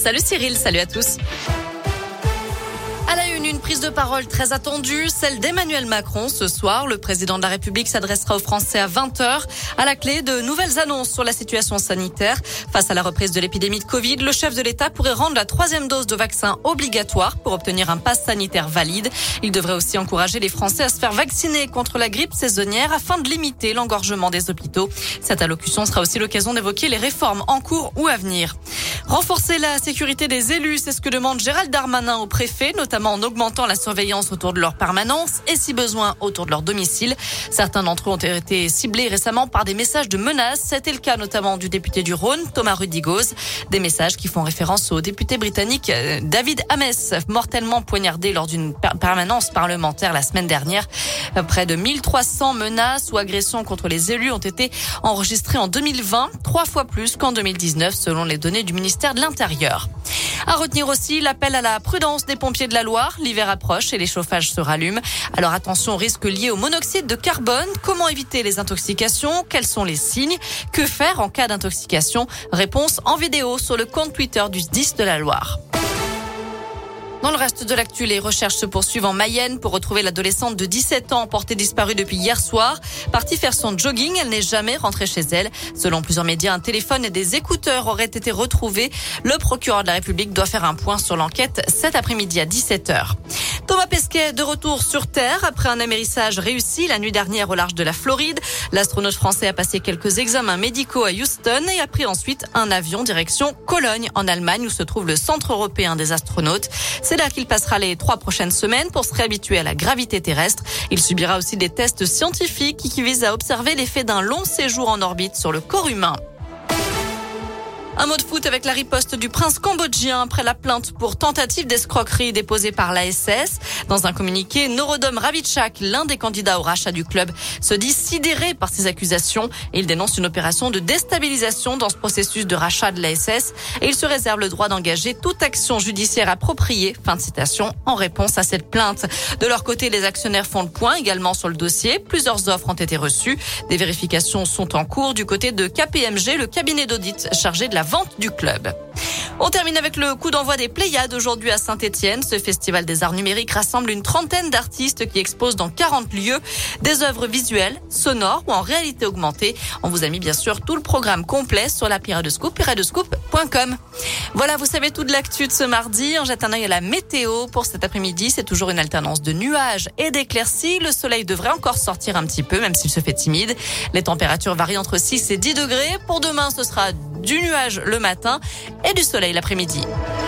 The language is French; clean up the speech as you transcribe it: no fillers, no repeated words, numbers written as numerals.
Salut Cyril, salut à tous. À la une prise de parole très attendue, celle d'Emmanuel Macron. Ce soir, le président de la République s'adressera aux Français à 20h. À la clé, de nouvelles annonces sur la situation sanitaire. Face à la reprise de l'épidémie de Covid, le chef de l'État pourrait rendre la 3e dose de vaccin obligatoire pour obtenir un pass sanitaire valide. Il devrait aussi encourager les Français à se faire vacciner contre la grippe saisonnière afin de limiter l'engorgement des hôpitaux. Cette allocution sera aussi l'occasion d'évoquer les réformes en cours ou à venir. Renforcer la sécurité des élus, c'est ce que demande Gérald Darmanin au préfet, notamment en augmentant la surveillance autour de leur permanence et si besoin autour de leur domicile. Certains d'entre eux ont été ciblés récemment par des messages de menaces. C'était le cas notamment du député du Rhône, Thomas Rudigoz. Des messages qui font référence au député britannique David Amess, mortellement poignardé lors d'une permanence parlementaire la semaine dernière. Près de 1300 menaces ou agressions contre les élus ont été enregistrées en 2020, 3 fois plus qu'en 2019 selon les données du ministère de l'Intérieur. À retenir aussi l'appel à la prudence des pompiers de la Loire. L'hiver approche et les chauffages se rallument. Alors attention aux risques liés au monoxyde de carbone. Comment éviter les intoxications? Quels sont les signes? Que faire en cas d'intoxication? Réponse en vidéo sur le compte Twitter du 10 de la Loire. Dans le reste de l'actu, les recherches se poursuivent en Mayenne pour retrouver l'adolescente de 17 ans portée disparue depuis hier soir. Partie faire son jogging, elle n'est jamais rentrée chez elle. Selon plusieurs médias, un téléphone et des écouteurs auraient été retrouvés. Le procureur de la République doit faire un point sur l'enquête cet après-midi à 17h. Thomas Pesquet de retour sur Terre après un amérissage réussi la nuit dernière au large de la Floride. L'astronaute français a passé quelques examens médicaux à Houston et a pris ensuite un avion direction Cologne en Allemagne où se trouve le Centre européen des astronautes. C'est là qu'il passera les 3 prochaines semaines pour se réhabituer à la gravité terrestre. Il subira aussi des tests scientifiques qui visent à observer l'effet d'un long séjour en orbite sur le corps humain. Un mot de foot avec la riposte du prince cambodgien après la plainte pour tentative d'escroquerie déposée par l'ASS. Dans un communiqué, Norodom Ravitchak, l'un des candidats au rachat du club, se dit sidéré par ces accusations. Il dénonce une opération de déstabilisation dans ce processus de rachat de l'ASS et il se réserve le droit d'engager toute action judiciaire appropriée. Fin de citation, en réponse à cette plainte. De leur côté, les actionnaires font le point également sur le dossier. Plusieurs offres ont été reçues. Des vérifications sont en cours du côté de KPMG, le cabinet d'audit chargé de la vente du club. On termine avec le coup d'envoi des Pléiades aujourd'hui à Saint-Étienne. Ce festival des arts numériques rassemble une trentaine d'artistes qui exposent dans 40 lieux des œuvres visuelles, sonores ou en réalité augmentée. On vous a mis bien sûr tout le programme complet sur l'appli Radioscoop et radioscoop.com. Voilà, vous savez tout de l'actu de ce mardi. On jette un œil à la météo pour cet après-midi. C'est toujours une alternance de nuages et d'éclaircies. Le soleil devrait encore sortir un petit peu, même s'il se fait timide. Les températures varient entre 6 et 10 degrés. Pour demain, ce sera du nuage le matin et du soleil l'après-midi.